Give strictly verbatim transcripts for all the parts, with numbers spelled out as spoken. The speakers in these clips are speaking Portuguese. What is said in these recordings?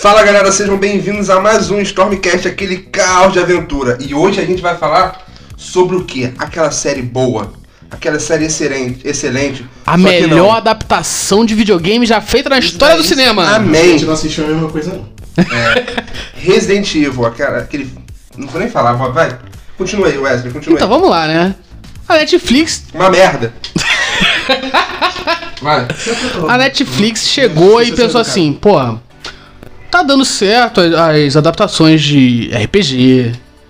Fala galera, sejam bem-vindos a mais um Stormcast, aquele caos de aventura. E hoje a gente vai falar sobre o que? Aquela série boa, aquela série excelente, excelente. A melhor adaptação de videogame já feita na história do cinema. Amém. A gente não assistiu a mesma coisa não. É, Resident Evil, aquela, aquele... Não vou nem falar, vai. Continua aí, Wesley, continua Então aí. vamos lá, né? A Netflix... Uma merda. Vai. A Netflix chegou e pensou assim, pô, tá dando certo as, as adaptações de R P G,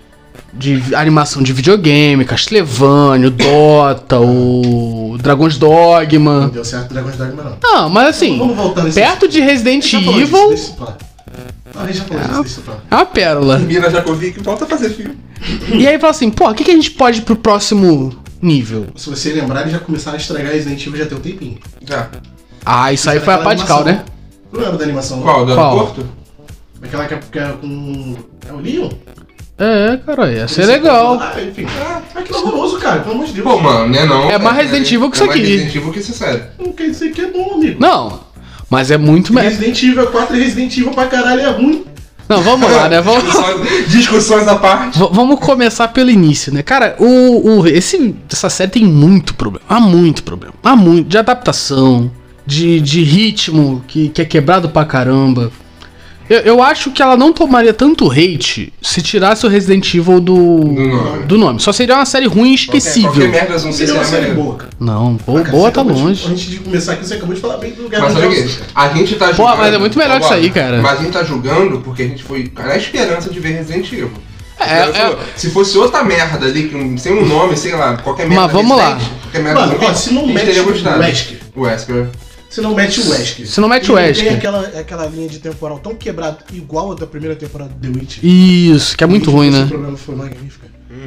de animação de videogame, Castlevania, o Dota, o Dragon's Dogma. Não deu certo o Dragon's Dogma não. Não, mas assim, Vamos voltar nesse perto de Resident Evil, Não, a gente já falou disso, deixa pra lá. é uma pérola. Mina Jakovic volta a fazer filme. E aí fala assim, pô, o que, que a gente pode ir pro próximo nível? Se você lembrar, eles já começaram a estragar Resident Evil já tem um tempinho. Já. Ah, isso aí foi a pá de cal, né? Não lembra da animação? Qual? Do Qual? aeroporto? Aquela que é, que é com... É o Leon? É, cara, ia ser Esse legal. Ah, enfim. Ah, aquilo é horroroso, cara, pelo amor de Deus. Pô, mano, né não? É mais Resident Evil que isso é mais aqui. Resident Evil que isso é sério. Não quer dizer que é bom, amigo. Não, mas é muito melhor. Resident Evil quatro e Resident Evil pra caralho é ruim. Não, vamos lá, né? Vamos, Discussões, discussões à parte. v- vamos começar pelo início, né? Cara, o, o, esse, essa série tem muito problema. Há muito problema. Há muito. De adaptação, de, de ritmo, que, que é quebrado pra caramba. Eu, eu acho que ela não tomaria tanto hate se tirasse o Resident Evil do, nome. do nome. Só seria uma série ruim e esquecível. Qualquer, qualquer merda, não sei Seria se uma é série maneiro. boa, cara. Não, boa, Cara, boa você tá acabou de- longe. Antes de começar aqui, você acabou de falar bem do Guerra Mas olha aqui, a gente tá Pô, julgando... mas é muito melhor que isso aí, cara. Mas a gente tá julgando porque a gente foi na esperança de ver Resident Evil. É, Ela falou, é- Se fosse outra merda ali, que, sem um nome, sei lá, qualquer merda. Mas vamos lá. Resident, Qualquer merda Mano, assim, ó, se não a gente mete teria o gostado. Wesker. O Wesker. Se não mete o Wesker. Se não mete E o Wesker. Tem aquela, aquela linha de temporal tão quebrada, igual a da primeira temporada do The Witch. Isso, que é muito The Witch, ruim, esse né? programa foi magnífico.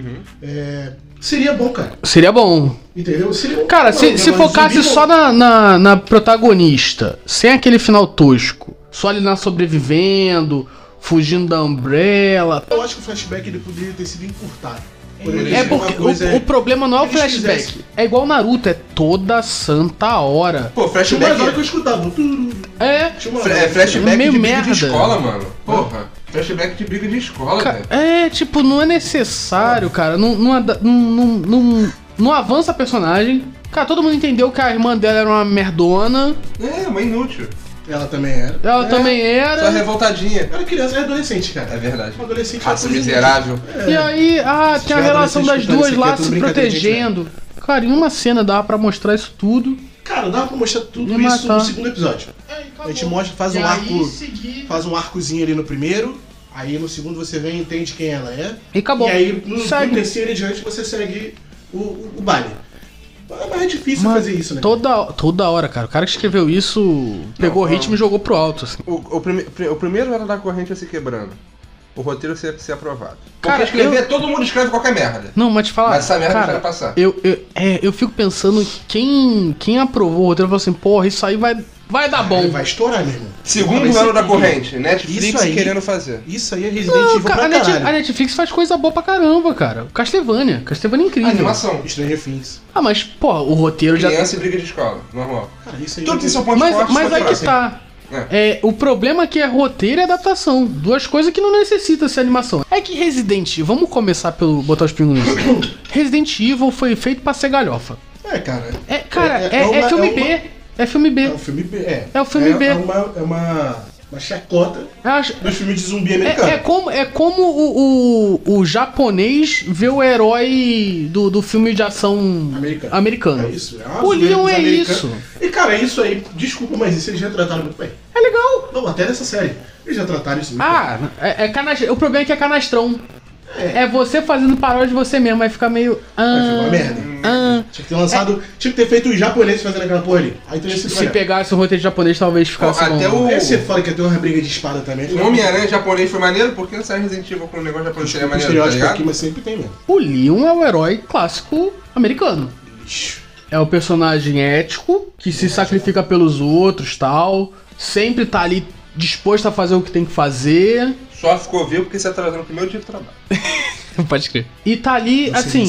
É, seria bom, cara. Seria bom. Entendeu? Seria um- Cara, não, se, não, se mas focasse zumbi só não- na, na, na protagonista, sem aquele final tosco, só ali na sobrevivendo, fugindo da Umbrella. Eu acho que o flashback ele poderia ter sido encurtado. Poderia É ser porque uma coisa- o, o problema não é o eles flashback. fizessem. É igual Naruto, é toda santa hora. Pô, Tinha mais hora flashback... que eu escutava. Tururu. É. Tinha uma Fla- hora. é, flashback É meio de briga merda. de escola, mano. Porra. Flashback de briga de escola, Ca- velho. É, tipo, não é necessário, cara. Não, não, ada- não, não, não, não avança a personagem. Cara, todo mundo entendeu que a irmã dela era uma merdona. É, uma inútil. Ela também era. Ela É, também Só era. revoltadinha. Era criança, era adolescente, cara. É verdade. Um adolescente Raça é uma coisa miserável. E aí, ah, Se tem a tiver relação das adolescente duas escutando lá isso aqui, é se tudo brincadeira de gente, protegendo. Cara, em uma cena dava pra mostrar isso tudo. Cara, dava pra mostrar tudo Ia isso matar. no segundo episódio. A gente mostra, faz um arco. seguir. Faz um arcozinho ali no primeiro. Aí no segundo você vem e entende quem ela é. E acabou. E aí no, no Segue. terceiro e diante você segue o, o, o baile. Mas é difícil Mano, fazer isso, né? Toda, toda hora, cara. O cara que escreveu isso pegou o não. ritmo e jogou pro alto. Assim. O, o, prime, o primeiro era da corrente se quebrando. O roteiro ser, ser aprovado. Porque Cara, escrever, eu- todo mundo escreve qualquer merda. Não, mas te falar. Mas essa merda cara, vai passar. Eu, eu, é, eu fico pensando quem, quem aprovou o roteiro falou assim, porra, isso aí vai, vai dar bom. Ele vai estourar, meu irmão. Segundo Vai ser ano da incrível. corrente, Netflix Isso aí- querendo fazer. Isso aí é Resident Não, Evil cara, pra a, Net- caralho. a Netflix faz coisa boa pra caramba, cara. Castlevania. Castlevania é incrível. Animação. Stranger Things. Ah, mas, porra, o roteiro já. Criança e briga de escola, normal. Cara, isso aí Tudo vai tem ter- seu ponto Mas, forte. mas ponto aí que fraco. tá. É, o problema é que é roteiro e adaptação. Duas coisas que não necessitam ser animação. É que Resident Evil, vamos começar pelo botar os pingos nisso. Resident Evil foi feito pra ser galhofa. É, cara. É, cara, é, É- é é uma- filme é uma- B. É filme B. É o filme B. É, É o filme é, B. É uma, é uma, uma chacota Eu acho- dos filmes de zumbi americano. É, é como, é como o, o, o japonês vê o herói do, do filme de ação Americano. americano. É isso. É uma O zoeira Leon dos é americanos. isso. E cara, isso aí, desculpa, mas isso eles já trataram muito bem. É legal. Não, até nessa série. Eles já trataram isso muito bem. Ah, é, é canastrão. O problema é que é canastrão. É, você fazendo paródia de você mesmo, vai ficar meio. Ah, Vai ficar uma merda. ah. Tinha que ter lançado. Tinha que ter feito os japoneses fazendo aquela porra ali. Aí teria sido Se melhor. pegasse o roteiro japonês, talvez ficasse Pô, até bom. o- Aí você fala que ia ter uma briga de espada também. O Homem-Aranha japonês foi maneiro, por que não sai Resident Evil com um negócio japonês seria Desculpa o maneiro, tá estereótipo ligado? aqui, mas sempre tem mesmo. O Leon é o herói clássico americano. Lixo. É o personagem ético, que se sacrifica pelos outros tal. Sempre tá ali disposto a fazer o que tem que fazer. Só ficou vivo porque se atrasou no primeiro dia de trabalho. Pode crer. E tá ali, Eu sei assim, disso, cara.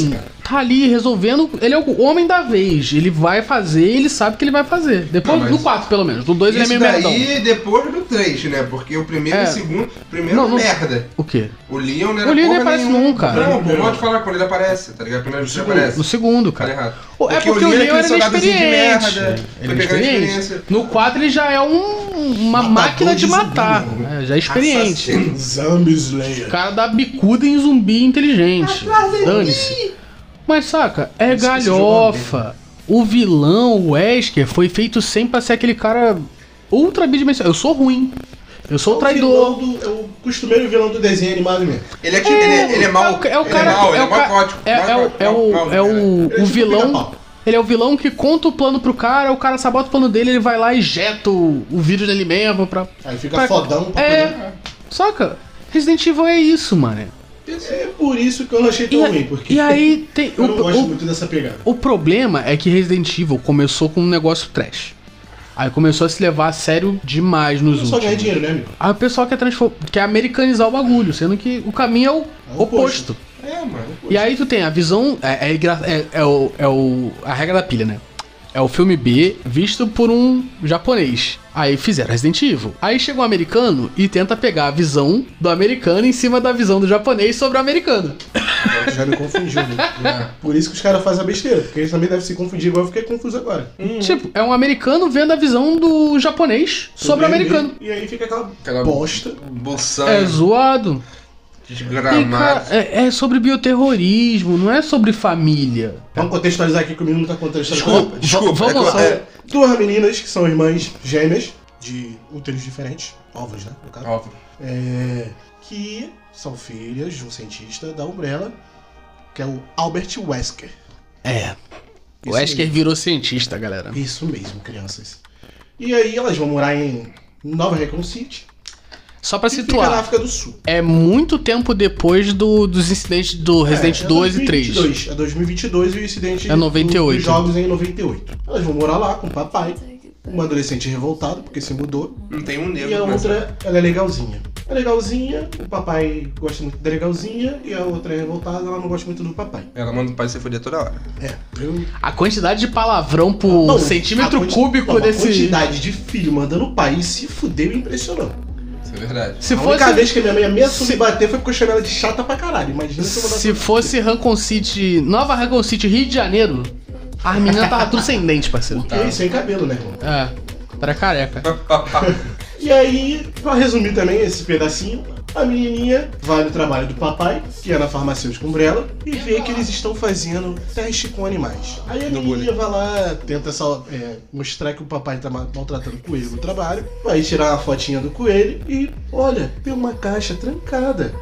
tá ali resolvendo. Ele é o homem da vez. Ele vai fazer, ele sabe o que ele vai fazer. Depois, Não, mas no quatro, pelo menos. No dois ele é Isso meio merdão. daí depois do três, né? Porque o primeiro É. e o segundo... Primeiro Não, é não- merda. O quê? O Leon não era O Leon nem porra aparece nenhuma. nunca. Não, pô, pode falar quando ele aparece, tá ligado? Primeiro ele aparece. No segundo, Tá cara. errado. É porque o Leon aquele era soldadozinho de inexperiente. merda, Ele foi é pegar experiente. experiência. No quatro ele já é um, uma Matador máquina de de zumbi, matar. né? É, já é experiente. Assassino. Zombie Slayer. O cara dá bicuda em zumbi inteligente. Dane-se. Mas saca, é Esqueci de galhofa. O vilão, o Wesker, foi feito sempre pra ser aquele cara ultra bidimensional. Eu sou ruim. Eu sou o traidor. vilão do- é o costumeiro vilão do desenho animado mesmo. Ele é, tipo, ele é, ele é mau. É o, é o ele cara. é mau, ele é é o cara- macótico. é, é, o, é, o, Mau, é o, mau, Ele o é tipo vilão. pica-pau. Ele é o vilão que conta o plano pro cara, o cara sabota o plano dele, ele vai lá e injeta o, o vírus nele mesmo pra. Aí fica pra- fodão pra É. poder... Saca? Resident Evil é isso, mano. É por isso que eu não achei tão E, a- ruim, porque e aí tem. eu o, não gosto o- muito dessa pegada. o problema é que Resident Evil começou com um negócio trash. Aí começou a se levar a sério demais nos Eu só ganhar últimos. dinheiro, né, amigo? Aí o pessoal quer, transform... quer americanizar o bagulho, sendo que o caminho é o o oposto. oposto. É, mano. E aí tu tem a visão. É, é, engra- é, é o, é o. A regra da pilha, né? É o filme B visto por um japonês. Aí fizeram Resident Evil. Aí chega um americano e tenta pegar a visão do americano em cima da visão do japonês sobre o americano. Tu já me confundiu, né? Por isso que os caras fazem a besteira, porque eles também devem se confundir, igual eu fiquei confuso agora. Tipo, é um americano vendo a visão do japonês sobre o americano. E aí fica aquela, Aquela bosta. Bolsão. É zoado. E, Desgramado. cara, é, é sobre bioterrorismo, não é sobre família. Vamos contextualizar aqui que o menino não tá contextualizando. Desculpa, desculpa. vamos é que eu- lá. é- Duas meninas que são irmãs gêmeas, de úteros diferentes, ovos, né, no caso. Óbvio. É, que são filhas de um cientista da Umbrella, que é o Albert Wesker. É. O Isso Wesker mesmo. virou cientista, galera. Isso mesmo, crianças. E aí elas vão morar em Nova Recon City, Só pra que fica na situar, África do Sul. é muito tempo depois do, dos incidentes do Resident É, é dois e três. dois mil e vinte e dois, é dois mil e vinte e dois e o incidente É noventa e oito. dos jogos em noventa e oito. Elas vão morar lá com o papai, uma adolescente revoltada, porque se mudou, Não tem um negro. e a nessa. outra, ela é legalzinha. É legalzinha, o papai gosta muito da legalzinha, e a outra é revoltada, ela não gosta muito do papai. Ela manda o pai se foder toda hora. É, eu... A quantidade de palavrão por Não, centímetro a quanti- cúbico não, desse. A quantidade de filho mandando o pai se fuder me impressionou. Isso é verdade. Se a fosse, única vez que a minha mãe ameaçou se- me bater foi porque eu chamei ela de chata pra caralho. Imagina se eu mandasse se ela- fosse Rancon City, Nova Rancon City, Rio de Janeiro, as meninas tava tudo sem dente, parceiro. Que isso, sem cabelo, né, irmão? É, era careca. E aí, pra resumir também esse pedacinho, a menininha vai no trabalho do papai, que é na farmacêutica Umbrella, e vê que eles estão fazendo teste com animais. Aí a No menininha vai lá, tenta só, é, mostrar que o papai tá ma- maltratando o coelho no trabalho, vai tirar uma fotinha do coelho e, olha, tem uma caixa trancada,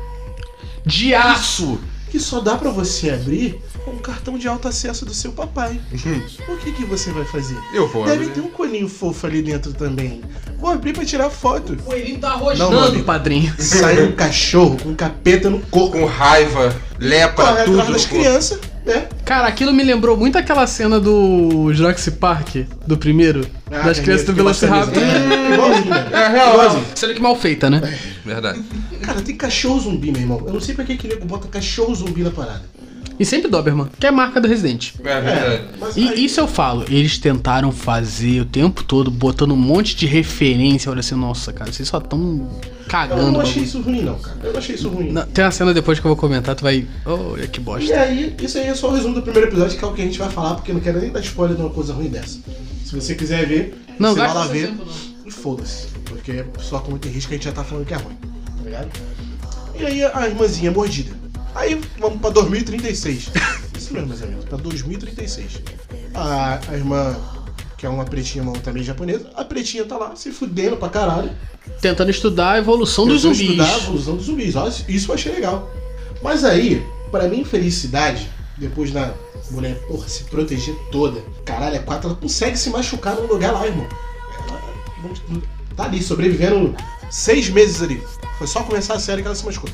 De aço! que só dá pra você abrir com um cartão de alto acesso do seu papai. O que que você vai fazer? Eu vou Deve abrir. ter um coelhinho fofo ali dentro também. Vou abrir pra tirar foto. O coelhinho tá Não, rosnando, mano. padrinho. Sai um cachorro com um capeta no corpo. Com raiva, lepra, Corre tudo. atrás das no crianças, né? Cara, aquilo me lembrou muito aquela cena do Jurassic Park, do primeiro, Ah, das que crianças do que Velociraptor. bacana. Igualzinho, né? É real, Igualzinho. Sendo que mal feita, né? corpo. Verdade. Cara, tem cachorro zumbi, meu irmão. Eu não sei pra que que nego bota cachorro zumbi na parada. E sempre Doberman, que é a marca do Resident. É verdade. mas E aí- isso eu falo, eles tentaram fazer o tempo todo, botando um monte de referência. Olha assim, nossa, cara, vocês só tão eu cagando não o achei bagulho. isso ruim, não, cara. Eu não achei isso ruim. Não, tem uma cena depois que eu vou comentar, tu vai. Olha que E bosta. aí, isso aí é só o resumo do primeiro episódio, que é o que a gente vai falar, porque eu não quero nem dar spoiler de uma coisa ruim dessa. Se você quiser ver, Não, você vai gasta lá seu ver tempo, e foda-se. Porque só com muito risco a gente já tá falando que é ruim, tá ligado? E aí a irmãzinha mordida. Aí vamos pra dois mil e trinta e seis. Isso mesmo, meus amigos, pra dois mil e trinta e seis. A, a irmã, que é uma pretinha uma também japonesa, a pretinha tá lá se fudendo pra caralho. Tentando estudar a evolução dos Tentando zumbis. estudar a evolução dos zumbis. Ó, isso eu achei legal. Mas aí, pra minha infelicidade, depois da mulher, porra, se proteger toda, caralho, é quatro, ela consegue se machucar num lugar lá, irmão. Ela tá ali, sobrevivendo seis meses ali. Foi só começar a série que ela se machucou.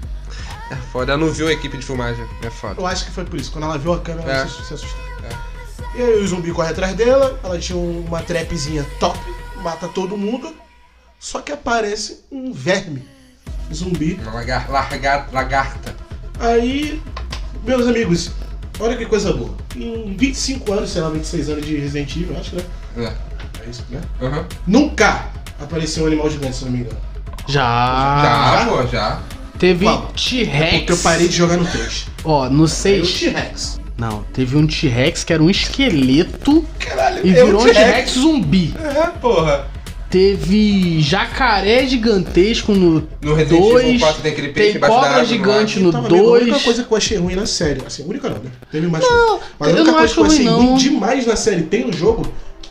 É foda. Ela não viu a equipe de filmagem. É foda. Eu acho que foi por isso. Quando ela viu a câmera, É. ela se, se assustou. E aí o zumbi corre atrás dela, ela tinha uma trapzinha top, mata todo mundo, só que aparece um verme zumbi. Uma lagar, largar, lagarta. Aí, meus amigos, olha que coisa boa. Em vinte e cinco anos, sei lá, vinte e seis anos de Resident Evil, acho, né? É. É isso, né? Uhum. Nunca apareceu um animal gigante, se não me engano. Já. Já, pô, já. Teve Qual? T-Rex. Porque eu parei de jogar no três. Ó, no Aí o seis. T-Rex. Não, teve um T-Rex que era um esqueleto Caralho, e é virou um T-Rex zumbi. É, porra. Teve jacaré gigantesco no No Resident Evil dois. quatro tem aquele peixe Tem embaixo da cobra água, gigante não no Então, amigo, a única dois. coisa que eu achei ruim na série, assim, a única não, né? Teve mais Não, coisa. Mas a eu única não coisa que eu acho achei ruim, ruim não. demais na série tem no jogo,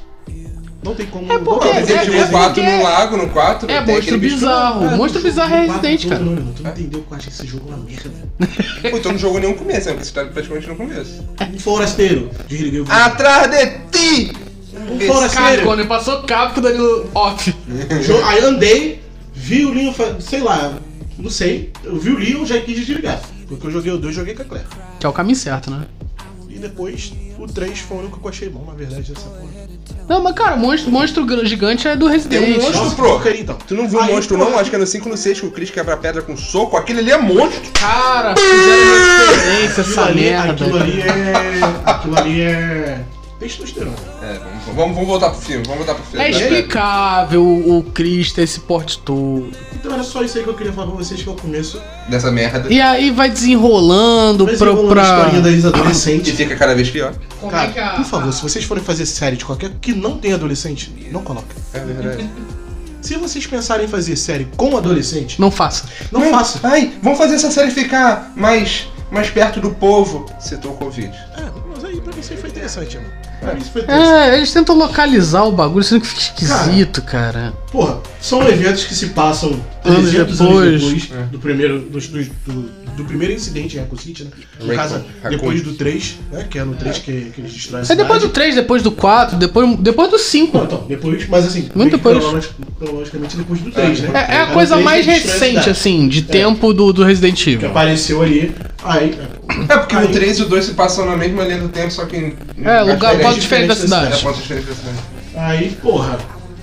não tem como... É porque- não, é, Resident é- Evil é quatro porque- no lago, no quatro. É, tem monstro aquele bicho- bizarro. Ah, monstro no bizarro é jogo Resident, todo, cara. não, Tu não entendeu que eu achei esse jogo uma merda. Pô, então não jogou nenhum começo, né? Porque você tá praticamente no começo. Um forasteiro, desliguei o vídeo. Atrás de ti! Um Esse forasteiro. Quando ele passou cabo com o Danilo off. Jo- Aí andei, vi o Leon, fa- sei lá, não sei, eu vi o Leon, já quis desligar. Porque eu joguei o dois, joguei com a Claire. Que é o caminho certo, né? E depois, o três foi o único que eu achei bom, na verdade, dessa porra. Não, mas cara, monstro, monstro gr- gigante é do Resident. Tem um monstro, Nossa, pro. porcaria, então. Tu não viu o Aí, monstro, porra. não? Acho que é no cinco no seis que o Chris quebra a pedra com soco. Aquele ali é monstro. Cara, fizeram referência Aquilo essa ali, merda. aquilo ali é... Aquilo ali é... testosterona. É, vamos, vamos, vamos voltar pro filme, vamos voltar pro filme. É explicável o Chris ter esse porte todo. Então era só isso aí que eu queria falar pra vocês, que é o começo. Dessa merda. E aí vai desenrolando Mas pra. eu vou pra... na historinha das E adolescentes. fica cada vez pior. Cara, por favor, se vocês forem fazer série de qualquer que não tem adolescente, não coloca. É verdade. Se vocês pensarem em fazer série com adolescente, Não faça. não faça. Ai, vamos fazer essa série ficar mais, mais perto do povo. Citou o Covid. É, mas aí pra mim isso aí foi interessante, mano. Pra mim isso foi interessante. É, eles tentam localizar o bagulho, sendo que fica esquisito, cara. Porra, são eventos que se passam Anos trezentos depois. anos depois É. do primeiro, do, do, do, do primeiro incidente em Raccoon City, né? No Raccoon- caso, Raccoon. depois do três, né? Que é no três que, que eles destroem a É cidade. depois do três, depois do quatro, depois, depois do cinco. Não, então, depois, mas assim, Muito bem que depois. cronologi- cronologicamente depois do três, né? É, é a Era coisa o três mais que destrói a recente, cidade. assim, de tempo do, do Resident Que Evil. apareceu ali, aí... É porque aí, o três e o dois se passam na mesma linha do tempo, só que em É, lugar, ponto diferente. diferente da É, cidade. ponto diferente da cidade. Aí, porra...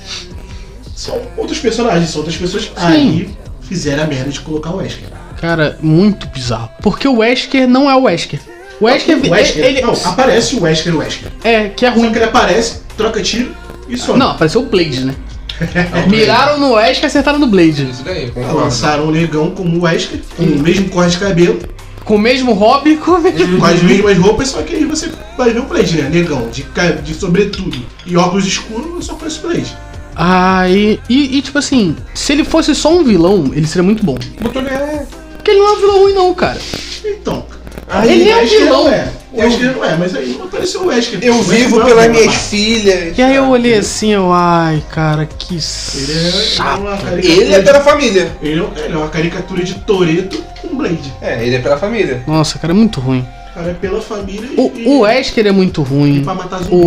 São outros personagens, são outras pessoas. Aí fizeram a merda de colocar o Wesker. Cara, muito bizarro. Porque o Wesker não é o Wesker. O Wesker, O Wesker ele, não, aparece o Wesker, o Wesker. é, que é Só ruim. que ele aparece, troca tiro e some. Não, apareceu o Blade, né? É, Miraram no Wesker e acertaram no Blade. Isso daí, concordo. lançaram o negão como o Wesker, com o mesmo corte de cabelo, Com o mesmo hobby, com o mesmo... com as mesmas roupas, só que aí você vai ver o Blade, né? Negão, de, ca- de sobretudo e óculos escuros, eu só conheço o Blade. Aí, e, e tipo assim, se ele fosse só um vilão, ele seria muito bom. Botou ele é. Porque ele não é um vilão ruim não, cara. Então, Ele é o Wesker vilão. não é. O Wesker não é, mas aí não apareceu o Wesker. Eu O Wesker vivo não é pelas vilão, minhas rapaz. filhas. E aí eu olhei assim, eu, ai, cara, que Ele é, chato. uma caricatura Ele é de- pela família. Ele é, ele é uma caricatura de Toretto com Blade. É, ele é pela família. Nossa, cara, é muito ruim. Cara, é pela família e, O, e, o Wesker é muito e ruim. pra matar zumbi.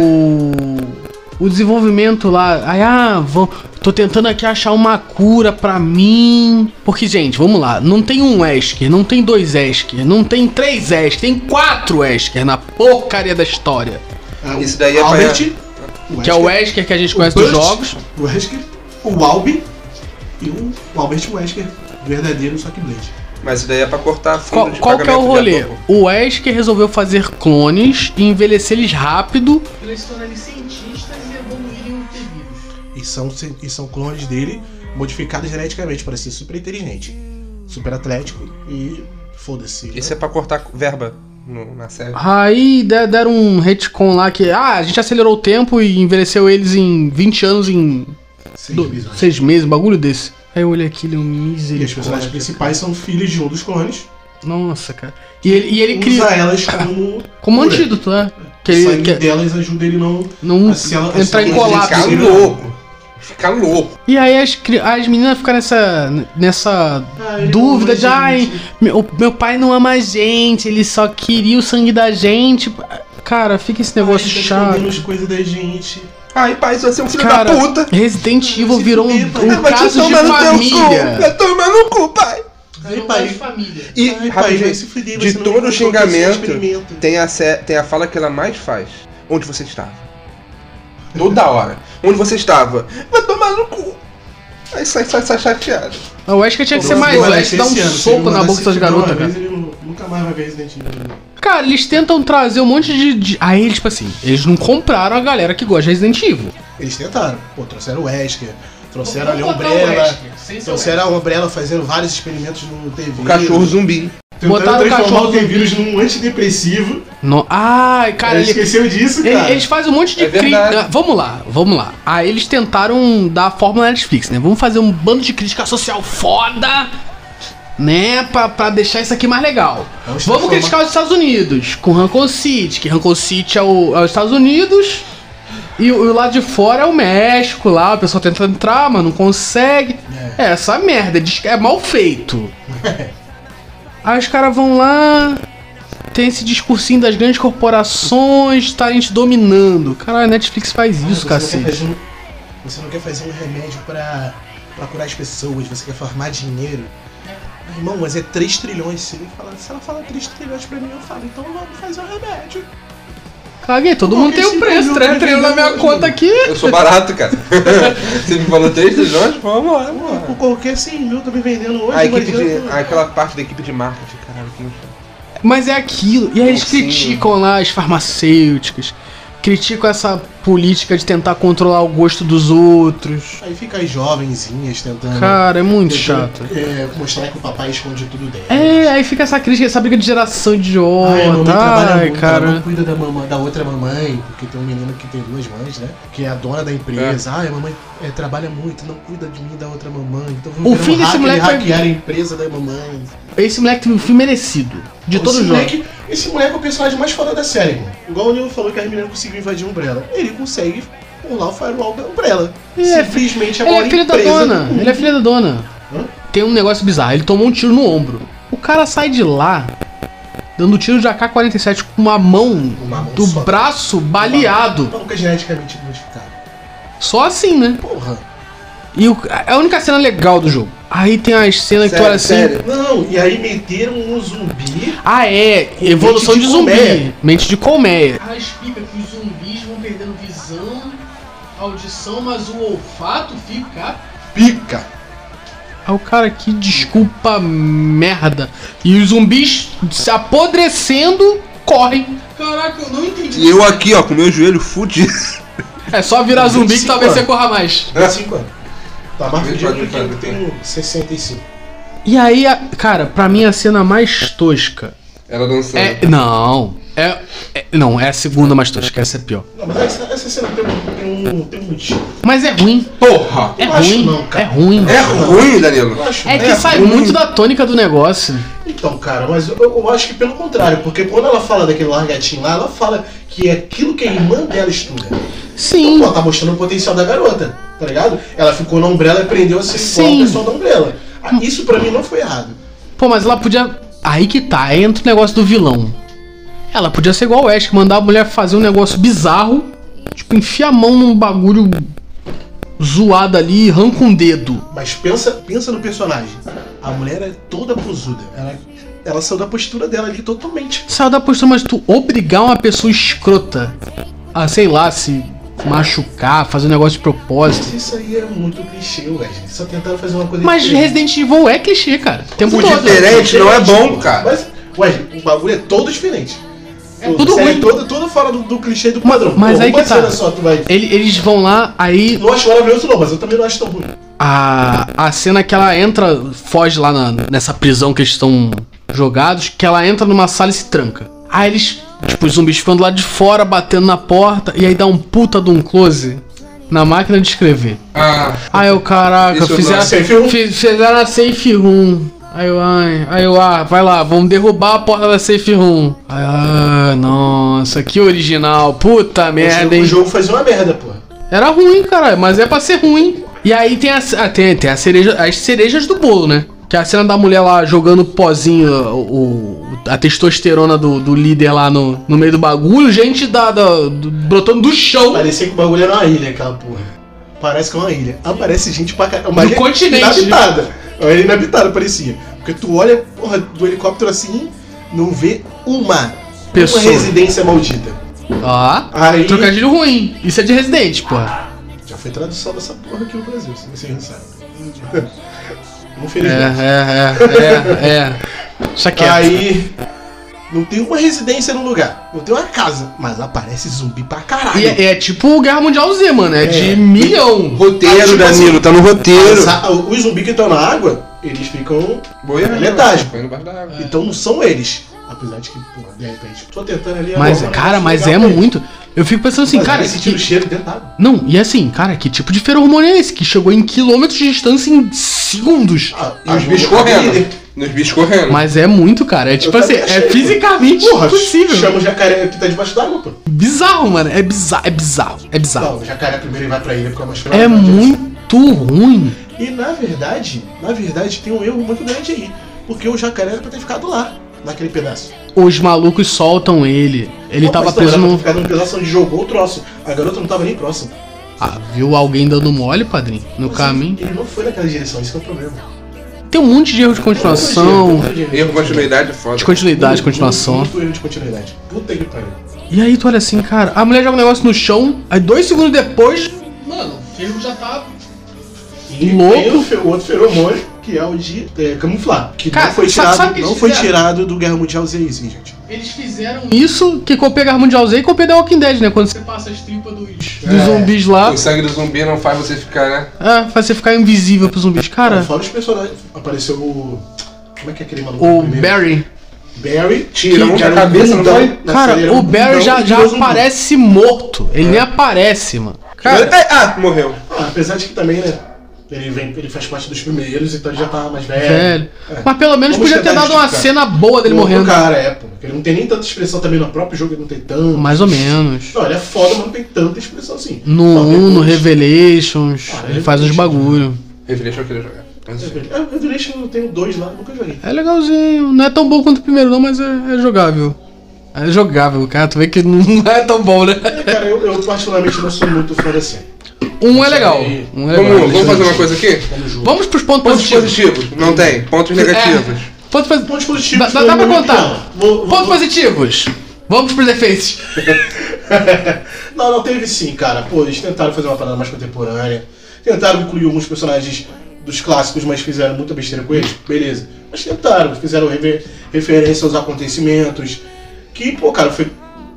O. O desenvolvimento lá. Ai, ah, vou, tô tentando aqui achar uma cura pra mim. Porque, gente, vamos lá. Não tem um Wesker, não tem dois Wesker, não tem três Wesker, tem quatro Wesker na porcaria da história. Ah, o Isso daí é Albert, pra- o Que é o Wesker, Wesker que a gente o conhece dos Burt, jogos. O Wesker, o Albi e o, o Albert Wesker, verdadeiro, só que Blade. Mas isso daí é pra cortar fundo Qual, de qual que é o pagamento de rolê? ator. O Wesker resolveu fazer clones e envelhecer eles rápido. Eles se tornarem cientistas e evoluírem ter vírus. E são, e são clones dele modificados geneticamente para ser super inteligente, super atlético e foda-se. Isso é pra cortar verba no- na série. Aí de- deram um retcon lá que ah, a gente acelerou o tempo e envelheceu eles em vinte anos em Seis do- visões. seis meses, bagulho desse. Aí eu olhei aquilo e eu E os personagens misericórdia. principais são filhos de um dos clones. Nossa, cara. E ele, e ele Usa cria elas como, como cura. antídoto, né? Que O ele sangue que, delas ajuda ele não... não se ela- entrar se em ela colapso. ficar Ficar louco. Ficar louco. E aí as, cri- as meninas ficam nessa, nessa Ah, ele dúvida não de ama a ai, gente." meu, meu pai não ama a gente, ele só queria o sangue da gente. Cara, fica esse negócio Ai, tá chato. escondendo as coisas da gente. Ai, pai, você vai ser um filho Cara, da puta. Resident Evil Se virou um, fuder, pai. um Vai te caso de tomar no teu cu. família. Vai tomar no cu, pai. Ai, pai. família. E, Ai, pai, rapidinho, vai se fuder, de você não todo vai o acontecer um xingamento, experimento. tem a, sé- tem a fala que ela mais faz. Onde você estava? Toda hora. Onde você estava? Vai tomar no cu. Aí sai, sai, sai chateado. Eu acho que tinha que ser Pô, mais vai leve, ser dar um esse ano, se soco ele na mandar boca se dessas fuder uma garotas, cara. vez, ele nu- nunca mais vai ver Resident Evil. Cara, eles tentam trazer um monte de, de... Aí, tipo assim, eles não compraram a galera que gosta de Resident Evil. Eles tentaram. Pô, trouxeram o Wesker, trouxeram ali a Umbrella, trouxeram a Umbrella fazendo vários experimentos no T V. O cachorro zumbi. Tentando Botaram o transformar cachorro o T-Vírus num antidepressivo. No... Ai, cara, Ele ele... esqueceu disso, ele- cara. eles fazem um monte de É crítica. verdade. Vamos lá, vamos lá. Aí eles tentaram dar a fórmula Netflix, né? Vamos fazer um bando de crítica social foda, né? Pra, pra deixar isso aqui mais legal. Vamos Vamos transformar- criticar os Estados Unidos com Raccoon City, que Raccoon City é, o, é os Estados Unidos. E o, e o lado de fora é o México lá, o pessoal tenta entrar, mas não consegue. É, essa merda, é dis- é mal feito. Aí os caras vão lá, tem esse discursinho das grandes corporações estarem te dominando. Caralho, a Netflix faz Ah, isso, você cacete. Não quer fazer um, você não quer fazer um remédio pra, pra curar as pessoas, você quer formar dinheiro. Irmão, mas é três trilhões. Se, ele fala, se ela fala três trilhões pra mim, eu falo, então vamos fazer um remédio. Caguei, todo Pô, mundo tem esse o preço, bagulho três que trilhões na minha vendeu conta hoje. aqui. Eu sou barato, cara. Você me falou três trilhões? Vamos lá, vamos lá. Por qualquer cem mil tô me vendendo hoje. A equipe imagina- de, aquela parte da equipe de marketing, caralho, que Mas é aquilo. E aí eles Sim. criticam lá as farmacêuticas, criticam essa política de tentar controlar o gosto dos outros. Aí fica as jovenzinhas tentando. Cara, é muito tentando, chato. É, mostrar que o papai esconde tudo dela. É, aí fica essa crítica, essa briga de geração Ai, a idiota. mamãe trabalha Ai, muito, ela não cara. cuida da, mamãe, da outra mamãe, porque tem um menino que tem duas mães, né? Que é a dona da empresa. Ai, a mamãe é, trabalha muito, não cuida de mim e da outra mamãe. Então vamos O virar fim um desse hacker moleque e foi- hackear a empresa da mamãe. Esse moleque teve um filme merecido. De Esse todos os jogos. moleque, esse moleque é o personagem mais foda da série, mano. Igual o Nilo falou que a menina conseguiu invadir a Umbrella. Ele consegue pular o firewall da Umbrella. Ele é Simplesmente a Ele maior é filho da empresa do dona. mundo. Ele é filho da dona. Hã? Tem um negócio bizarro. Ele tomou um tiro no ombro. O cara sai de lá dando tiro de A K quarenta e sete com uma mão Uma mão do só. braço baleado. Nunca geneticamente modificado. Só assim, né? Porra. E o- é a única cena legal do jogo. Aí tem as cenas que tu olha assim. Sério, Não, e aí meteram um zumbi. Ah, é. Evolução mente de, de zumbi. colmeia. Mente de colmeia. Ah, explica que os zumbis vão perdendo visão, audição, mas o olfato fica. Pica. Ah, o cara, que desculpa merda. E os zumbis se apodrecendo, correm. Caraca, eu não entendi. E eu aqui, ó, com meu joelho fudido. É só virar zumbi que vinte e cinco talvez você anos. corra mais. vinte e cinco anos. Tá mais Vinte e fudido quatro, que eu vinte e tenho sessenta e cinco. E aí, a- cara, pra mim a cena mais tosca Ela dançando. é. Não. É, é- Não, é a segunda mais tosca, essa é pior. Não, mas essa, essa cena tem um, tem um, tem um motivo. Mas é ruim. Porra! É Eu acho ruim. não, cara. É ruim. É ruim, Danilo. Eu acho, É né? que sai ruim. muito da tônica do negócio. Então, cara, mas eu, eu acho que pelo contrário, porque quando ela fala daquele largatinho lá, ela fala que é aquilo que a irmã dela estuda. Sim. Então, pô, tá mostrando o potencial da garota, tá ligado? Ela ficou na Umbrella e aprendeu a ser igual Sim. ao pessoal da Umbrella. Ah, Isso pra mim não foi errado. Pô, mas ela podia. Aí que tá, aí entra o negócio do vilão. Ela podia ser igual o Ash, mandar a mulher fazer um negócio bizarro, tipo, enfia a mão num bagulho zoado ali e arranca um dedo. Mas pensa, pensa no personagem. A mulher é toda posuda. Ela, ela saiu da postura dela ali totalmente. Saiu da postura, mas tu obrigar uma pessoa escrota a, sei lá, se machucar, fazer um negócio de propósito. Mas isso aí é muito clichê, Wesley. Só tentaram fazer uma coisa Mas diferente. Resident Evil é clichê, cara. O tempo O todo. diferente não é bom, cara. Mas, Wesley, o bagulho é todo diferente. É tudo A série ruim. Toda, toda fora do, do clichê do Mas- padrão. mas Pô, aí uma que tá. cena Só, tu vai... Ele- Eles vão lá, aí Não acho maravilhoso não, mas eu também não acho tão ruim. a, a cena que ela entra, foge lá na- nessa prisão que eles estão jogados, que ela entra numa sala e se tranca. Aí eles, tipo, os zumbis ficam do lado de fora, batendo na porta, e aí dá um puta de um close na máquina de escrever. Ah, Aí eu, caraca, Isso fizeram, não é safe room? fiz- fizeram a safe room. Aí eu, ai, aí eu, ah, vai lá, vamos derrubar a porta da safe room. Aí, ah, nossa, que original, puta merda, o hein. jogo fazia uma merda, pô. Era ruim, caralho, mas é pra ser ruim. E aí tem, a, ah, tem, tem a cereja, as cerejas do bolo, né? Que é a cena da mulher lá jogando pozinho, o, o- a testosterona do, do líder lá no, no meio do bagulho, gente da, da- do- brotando do chão. Parecia que o bagulho era uma ilha, aquela porra. Parece que é uma ilha. Aparece gente pra caralho. Uma Do ilha continente. inabitada. É uma ilha inabitada, parecia. Porque tu olha, porra, do helicóptero assim, não vê uma, Pessoa. uma residência maldita. Ó, Aí- trocadilho ruim. Isso é de Resident, porra. Já foi tradução dessa porra aqui no Brasil, se vocês não sabem. É, Infelizmente. é, é, é, é. Isso aqui é. Aí, Não tem uma residência no lugar. Não tem uma casa. Mas aparece zumbi pra caralho. E é, é tipo Guerra Mundial Z, mano. É, É. de milhão. Roteiro, Ah, tipo Danilo, assim, tá no roteiro. As- Os zumbis que estão na água, eles ficam Boiando, na metade. Foi no bar da água. Então não são eles. Apesar de que, pô, de repente, tô tentando ali... Mas, agora, cara, acho mas legal é pra eles. muito. Eu fico pensando assim, Mas cara. eles sentiram o Que... cheiro dentro da água. Não, e assim, cara, que tipo de feromônio é esse? Que chegou em quilômetros de distância em segundos. Ah, E os a- bichos a- correndo. Nos bichos correndo. Mas é muito, cara. É tipo assim, também achei, é pô. fisicamente Porra, impossível. chama o jacaré que tá debaixo d'água, pô. Bizarro, mano. É bizarro, é bizarro, é bizarro. Não, o jacaré primeiro ele vai pra ilha porque é mais fraco. É muito ruim. E na verdade, na verdade tem um erro muito grande aí. Porque o jacaré era pra ter ficado lá, naquele pedaço. Os malucos soltam ele. Ele Não, tava mas preso era pra no. ter ficado num pedaço onde jogou o troço. A garota não tava nem próxima. Ah, viu alguém dando mole, padrinho? No Mas caminho. Ele não foi naquela direção, esse que é o problema. Tem um monte de erro de continuação. Erro de continuidade é foda. De continuidade, de continuação. Muito erro de continuidade. Puta que pariu. E aí tu olha assim, cara, a mulher joga um negócio no chão, aí dois segundos depois. Mano, o filme já tá. E Louco. tem o, fe- o outro feromônio, que é o de é, camuflar. Que Cara, não foi sabe- tirado, sabe o que não eles foi fizeram? tirado do Guerra Mundial Z, sim, gente. Eles fizeram isso que copia Guerra Mundial Z e copia The Walking Dead, né? Quando você passa as tripas dos, dos É. zumbis lá, O sangue do zumbi não faz você ficar, né? é, faz você ficar invisível pros zumbis. Cara, Fora os personagens. Apareceu o. Como é que é aquele maluco? o primeiro? Barry. Barry. Tirão que de era um cabeça, não bundão. foi? Na Cara, série era o um Barry bundão já, e já virou zumbi. aparece morto. Ele nem aparece, mano. Cara, Ah, morreu. Ah, apesar de que também, né? Ele, vem, ele faz parte dos primeiros, então ele já tá mais velho. velho. É. Mas pelo menos Vamos podia ter tentar dado uma justificar. cena boa dele O outro morrendo. cara, é, pô. Porque ele não tem nem tanta expressão também no próprio jogo, ele não tem tanto. Mais ou menos. Não, ele é foda, mas não tem tanta expressão assim. No Só um, no depois- Revelations, Ah, ele faz uns Revelation. bagulho. Revelation eu queria jogar. Mas, É, o Revelation eu tenho dois lá, nunca joguei. É legalzinho. Não é tão bom quanto o primeiro, não, mas é, é jogável. É jogável, cara. Tu vê que não é tão bom, né? É, cara, eu, eu particularmente não sou muito fã da série. Um é legal. Um é legal. Vamos, vamos fazer uma coisa aqui? Como jogo. Vamos pros pontos Pontos positivos. positivos? Não tem. Pontos negativos. É. Pontos posi- Pontos positivos. Dá, dá, dá pra foi muito contar. pior. Vou- vou- Pontos vou- positivos. Vamos pros defeitos. Não, não, teve sim, cara. Pô, eles tentaram fazer uma parada mais contemporânea. Tentaram incluir alguns personagens dos clássicos, mas fizeram muita besteira com eles. Beleza. Mas tentaram, fizeram rever- referência aos acontecimentos. Que, pô, cara, foi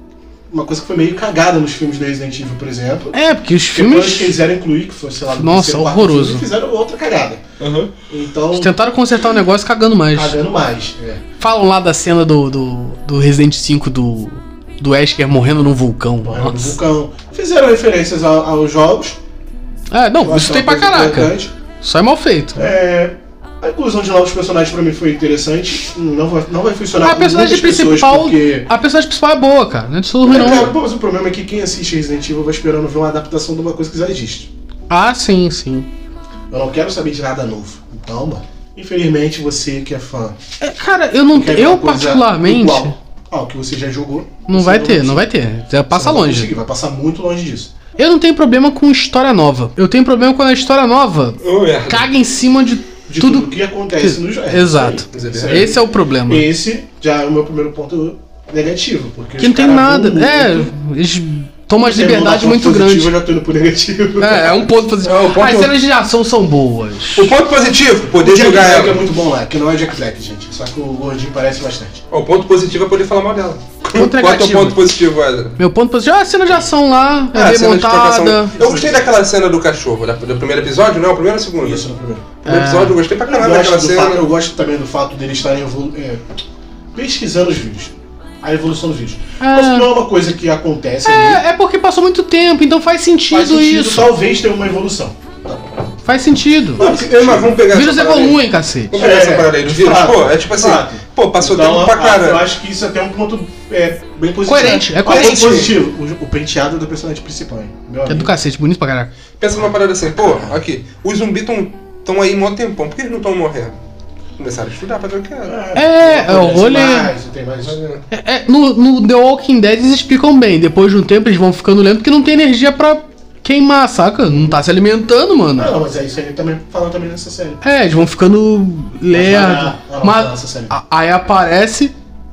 uma coisa que foi meio cagada nos filmes do Resident Evil, por exemplo. É, porque os Depois filmes. que quiseram incluir, que foi, sei lá, no Nossa, terceiro, quarto horroroso. filme, fizeram outra cagada. Uhum. Então, Eles tentaram consertar o negócio cagando mais. cagando mais. É. Falam lá da cena do, do, do Resident cinco do, do Wesker morrendo num vulcão. Morrendo no Nossa. vulcão. Fizeram referências a- aos jogos. É, não, Eu acho isso que é tem uma pra coisa caraca. importante. Só é mal feito. É, a inclusão de novos personagens pra mim foi interessante. Não vai, não vai funcionar A com personagem muitas pessoas principal. porque... A personagem principal é boa, cara. Não é de tudo ruim, É, cara, não. pô, mas o problema é que quem assiste Resident Evil vai esperando ver uma adaptação de uma coisa que já existe. Ah, sim, sim. Eu não quero saber de nada novo. Então, mano, infelizmente você que é fã... É, cara, eu não. quer ver Eu, uma coisa particularmente. igual ao que você já jogou... Não você vai ter, vai não vai ter. Você passa Você não vai longe. conseguir, vai passar muito longe disso. Eu não tenho problema com história nova. Eu tenho problema quando a história nova Ô, merda. caga em cima de, De tudo. tudo, que acontece no jogo. Exato. Isso aí, Isso aí. Esse é o problema. Esse já é o meu primeiro ponto negativo. Porque Que os não tem caras nada. vão É, muito. eles tomam as Você não dá liberdades ponto muito positivo, grandes. Eu já tô indo pro negativo. É, é um ponto positivo. É, o ponto- As cenas de ação são boas. O ponto positivo, poder O Jack jogar Black é ela. muito bom lá, que não é Jack Black, gente. Só que o gordinho parece bastante. O ponto positivo é poder falar mal dela. Ponto Qual é o negativo. ponto positivo, Wesley? Meu ponto positivo é a cena de ação lá, é Ah, bem cena de trocação. montada. Eu gostei daquela cena do cachorro, da- do primeiro episódio, não? O primeiro ou o segundo? Isso no primeiro. O primeiro episódio eu gostei pra Eu caralho daquela gosto, do fato, cena. eu gosto também do fato deles estarem evolu- é, pesquisando os vídeos. A evolução dos vídeos. É. Mas não é uma coisa que acontece ali. É, é porque passou muito tempo, então faz sentido, Faz sentido, isso. talvez tenha uma evolução. Tá. Faz sentido. Mas, mas vamos pegar Vírus essa parada aí. evoluem, cacete. Vamos pegar essa parada aí dos vírus. fato, Pô, é tipo assim, fato. pô, passou Então, tempo pra a- caralho. Eu acho que isso até é um ponto é, bem positivo. Coerente, é Um coerente. ponto positivo. O, o penteado do personagem principal, hein? Meu É do amigo. cacete, bonito pra caraca. Pensa numa parada assim, pô, aqui, os zumbis tão, tão aí mó tempão, por que eles não estão morrendo? Começaram a estudar pra ver o que era. É, não é o acontece rolê. mais, tem mais- É, é, no, no The Walking Dead eles explicam bem. Depois de um tempo eles vão ficando lentos porque não tem energia pra queimar, saca? Não tá se alimentando, mano. Não, mas é isso aí também fala também nessa série. É, eles vão ficando lerdos. Ah, não, não, Mas nessa série. a- aí aparece.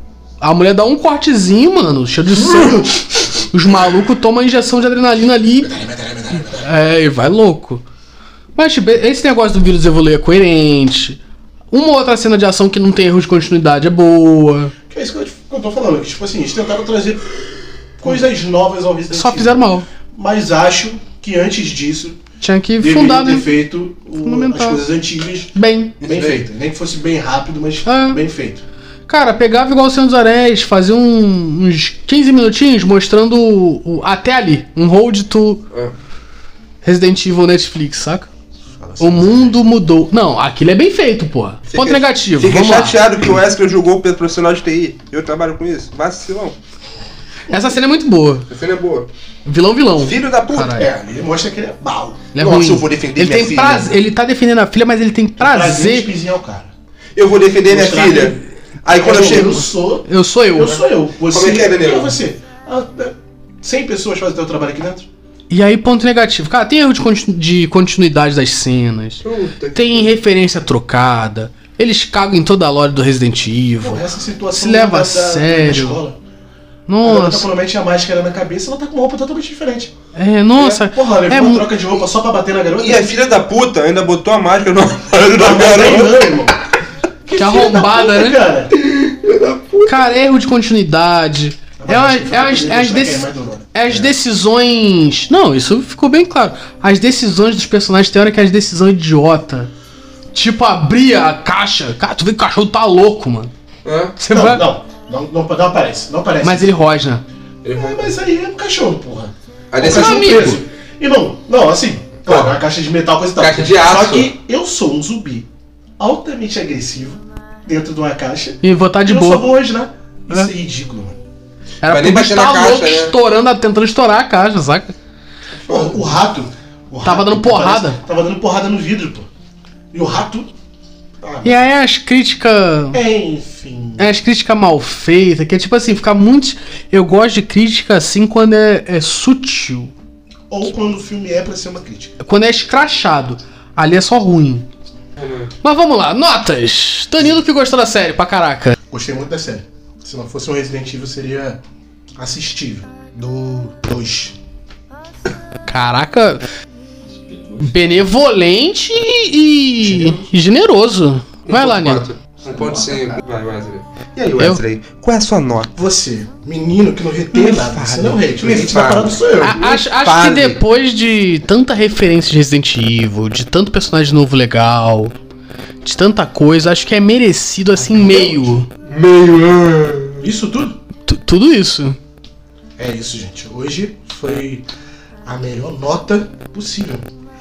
A mulher dá um cortezinho, mano, cheio de sangue. Os malucos tomam a injeção de adrenalina ali. É, e vai louco. Mas, tipo, esse negócio do vírus evoluir é coerente. Uma outra cena de ação que não tem erro de continuidade é boa. Que é isso que eu, que eu tô falando é que, tipo assim, eles tentaram trazer coisas novas ao Resident Só fizeram mal. Mas acho que antes disso, Tinha que deveriam fundar, ter né? feito o, as Fundamental. coisas antigas Bem. bem feitas. Nem que fosse bem rápido, mas É. bem feito. Cara, pegava igual o Senhor dos Anéis, fazia um- uns quinze minutinhos mostrando o, o- até ali. Um hold to É. Resident Evil Netflix, saca? Fala O assim, mundo mudou. Não, aquilo é bem feito, porra. Ponto Fiquei- negativo. Fiquei Vamos lá. chateado que o Wesker jogou pelo profissional de T I. Eu trabalho com isso. Vacilão. Essa cena é muito boa. A cena é boa. Vilão, vilão. Filho da puta. Caralho. É, ele mostra que ele é mau. Ele é Nossa, ruim. eu vou defender ele minha tem filha. prazer, ele tá defendendo a filha, mas ele tem Prazer prazer. de pisinhar o cara. Eu vou defender minha Mostrar filha. que- Aí quando eu chego. Eu sou. Eu sou eu. Eu sou eu. Você, Como é que é, Danilo? Quem é você? Ah, cem pessoas fazem teu trabalho aqui dentro? E aí, ponto negativo. Cara, tem erro de, continu- de continuidade das cenas. Puta que- Tem referência trocada. Eles cagam em toda a lore do Resident Evil. Pô, essa situação Se leva da- a da- da sério. escola. A garota, Nossa. quando mete a máscara na cabeça, ela tá com uma roupa totalmente diferente. É, nossa. Porra, ela levou é uma mu- troca de roupa só pra bater na garota? E a filha da puta ainda botou a máscara no armário da Não, mas aí garota. não, irmão. Que filha arrombada, da puta, né? Cara. Cara, erro de continuidade. É, uma- é, as, é, as deci- é as decisões. Não, isso ficou bem claro. As decisões dos personagens tem hora que é as decisões idiota. Tipo, abrir a caixa. Cara, tu vê que o cachorro tá louco, mano. Hã? Você Não, vai. não, não, não, não aparece, não aparece. Mas ele rosna. É, mas aí é um cachorro, porra. A Um decisão cachorro amigo. preso. Irmão, não, assim, claro, Porra. uma caixa de metal, coisa e tal. Caixa de aço. Só que eu sou um zumbi altamente agressivo dentro de uma caixa. E botar de e eu só boa. vou hoje, né? Isso É. é ridículo, mano. Era Vai nem por bater estar na caixa, louco, né? estourando, tentando estourar a caixa, saca? Porra, o rato. o Tava rato dando porrada. parece- Tava dando porrada no vidro, pô. E o rato. Ah, E aí as críticas. enfim. É as críticas mal feitas, que é tipo assim, ficar muito. Eu gosto de crítica assim quando é, é sutil. Ou quando o filme é pra ser uma crítica. Quando é escrachado. Ali é só ruim. Mas vamos lá, notas! Danilo que gostou da série, pra caraca. Gostei muito da série. Se não fosse um Resident Evil, seria assistível. Do dois. Caraca. Benevolente e, e generoso. Vai lá, Nilo. um ponto cinco. Vai, Wesley. E aí, Wesley? Qual é a sua nota? Você, menino que não retém Me nada. fale. Você não rete. O Me rete da fale. parada sou eu. A- acho acho que fale. depois de tanta referência de Resident Evil, de tanto personagem novo legal, de tanta coisa, acho que é merecido assim meio. Meio. Isso tudo? Tu- tudo isso. É isso, gente. Hoje foi a melhor nota possível.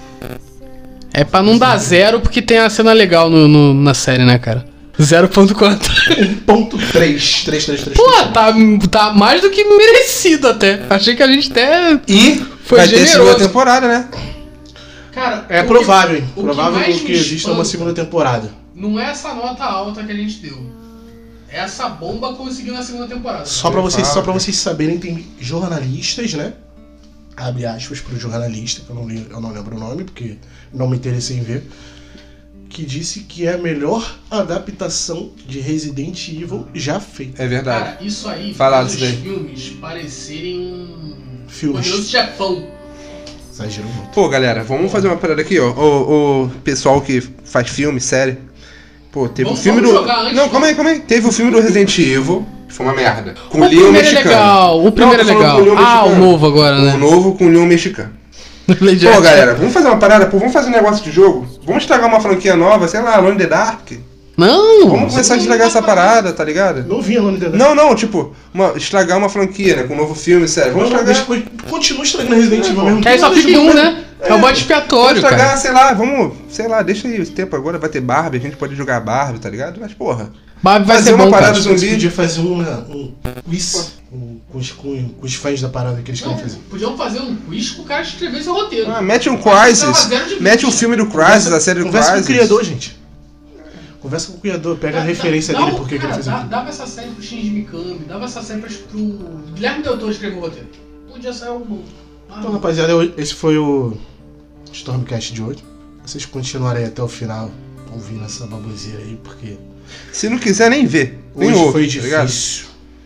É pra não dar zero, porque tem a cena legal no, no- na série, né, cara? zero ponto quatro. um ponto três. três, três, três. Pô, tá, tá mais do que merecido até. Achei que a gente até. E Foi vai ter generoso. segunda temporada, né? Cara, É provável, hein? o que Provável mais que, me exista espanta- uma segunda temporada. Não é essa nota alta que a gente deu. Essa bomba conseguiu na segunda temporada. Só pra vocês, fala. só pra vocês saberem, tem jornalistas, né? Abre aspas pro jornalista, que eu não, li- eu não lembro o nome, porque não me interessei em ver. Que disse que é a melhor adaptação de Resident Evil já feita. É verdade. Cara, isso aí Fala faz os disso daí. filmes parecerem um Filmes. poderoso chefão. Exagerou muito. Pô, galera, vamos fazer uma parada aqui, ó. O, o pessoal que faz filme, série. Pô, teve Vamos- o filme vamos do. jogar antes, Não, né? calma aí, calma aí. Teve o filme do Resident Evil, que foi uma merda. Com O o Leon primeiro é mexicano. legal, o primeiro Não, é tô falando legal. com o Leon Ah, o mexicano. novo agora, né? O novo com o Leon mexicano. Lady Pô, Art. galera, vamos fazer uma parada, pô, vamos fazer um negócio de jogo. Vamos estragar uma franquia nova, sei lá, Alone in the Dark. Não! Vamos começar a estragar essa parada, tá ligado? Não vinha Alone in the Dark. Não, não, tipo, uma, estragar uma franquia, né? Com um novo filme, sério. Vamos Não, não, estragar. deixa, continua estragando Resident Evil mesmo. Que aí só Deixa fica em um, eu ver. né? É o bode Vamos expiatório, estragar, cara. sei lá, vamos, sei lá, deixa aí esse tempo agora, vai ter Barbie, a gente pode jogar Barbie, tá ligado? Mas, porra, Barbie vai fazer ser uma bom, parada cara. zumbi. Você podia fazer uma, um quiz com, com os, com, com os fãs da parada que eles querem fazer. Podiam fazer um quiz com o cara escrever seu roteiro. Ah, mete um Mas tava Crysis, zero de mete um vinte. filme do Crysis, a série do Conversa com o Crysis. criador, gente. Conversa com o criador, pega a referência Dá- dele dá- por que que ele cara, fez dá- aquilo. Dava essa série pro Shinji Mikami, dava essa série pro pro Guilherme Del Toro escrever o roteiro. Podia sair um. Ah, Então, rapaziada, eu- esse foi o Stormcast de hoje. Vocês continuarem até o final ouvindo essa baboseira aí, porque Se não quiser nem ver, nem hoje ouve, foi tá ligado? difícil.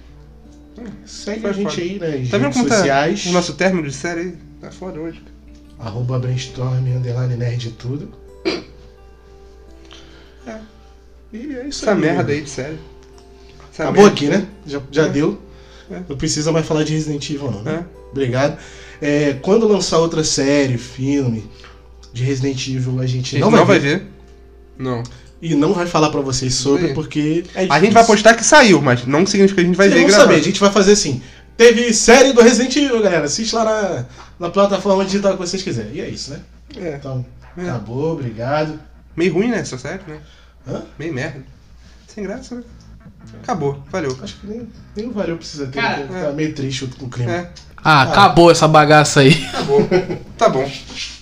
Segue Foi a gente foda. aí nas Tá vendo redes como tá sociais. o nosso término de série aí? Tá foda hoje. Arroba brainstorm, underline nerd e tudo. É. E é isso Essa aí. merda aí de série. Acabou aqui, né? Já, já É. deu. É. Não precisa mais falar de Resident Evil, não, né? É. Obrigado. É, quando lançar outra série, filme de Resident Evil, a gente, A gente não, não vai, vai ver. ver. Não. E não vai falar pra vocês sobre, Sim. porque é A gente vai postar que saiu, mas não significa que a gente vai Vocês ver vão gravar. saber, a gente vai fazer assim. Teve série do Resident Evil, galera. Assiste lá na, na plataforma digital que vocês quiserem. E é isso, né? É. Então, É. acabou, obrigado. Meio ruim, né, essa série, né? Hã? Meio merda. Sem graça, né? Acabou, valeu. Acho que nem, nem o Valeu precisa ter, Cara, porque tá meio triste com o clima. É, Ah, acabou essa bagaça aí. acabou. Tá bom.